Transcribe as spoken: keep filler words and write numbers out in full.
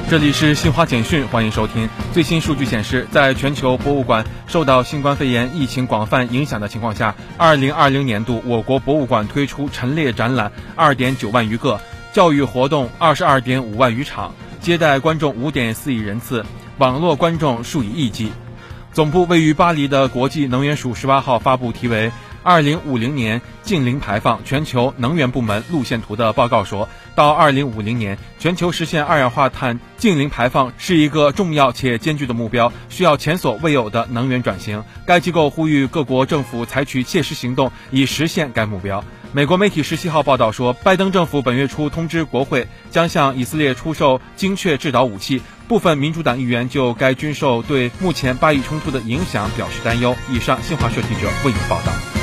这里是新华简讯，欢迎收听。最新数据显示，在全球博物馆受到新冠肺炎疫情广泛影响的情况下，二零二零年度我国博物馆推出陈列展览二点九万余个，教育活动二十二点五万余场，接待观众五点四亿人次，网络观众数以亿计。总部位于巴黎的国际能源署十八号发布题为二零五零年净零排放全球能源部门路线图的报告说，到二零五零年，全球实现二氧化碳净零排放是一个重要且艰巨的目标，需要前所未有的能源转型。该机构呼吁各国政府采取切实行动，以实现该目标。美国媒体十七号报道说，拜登政府本月初通知国会，将向以色列出售精确制导武器。部分民主党议员就该军售对目前巴以冲突的影响表示担忧。以上，新华社记者为您报道。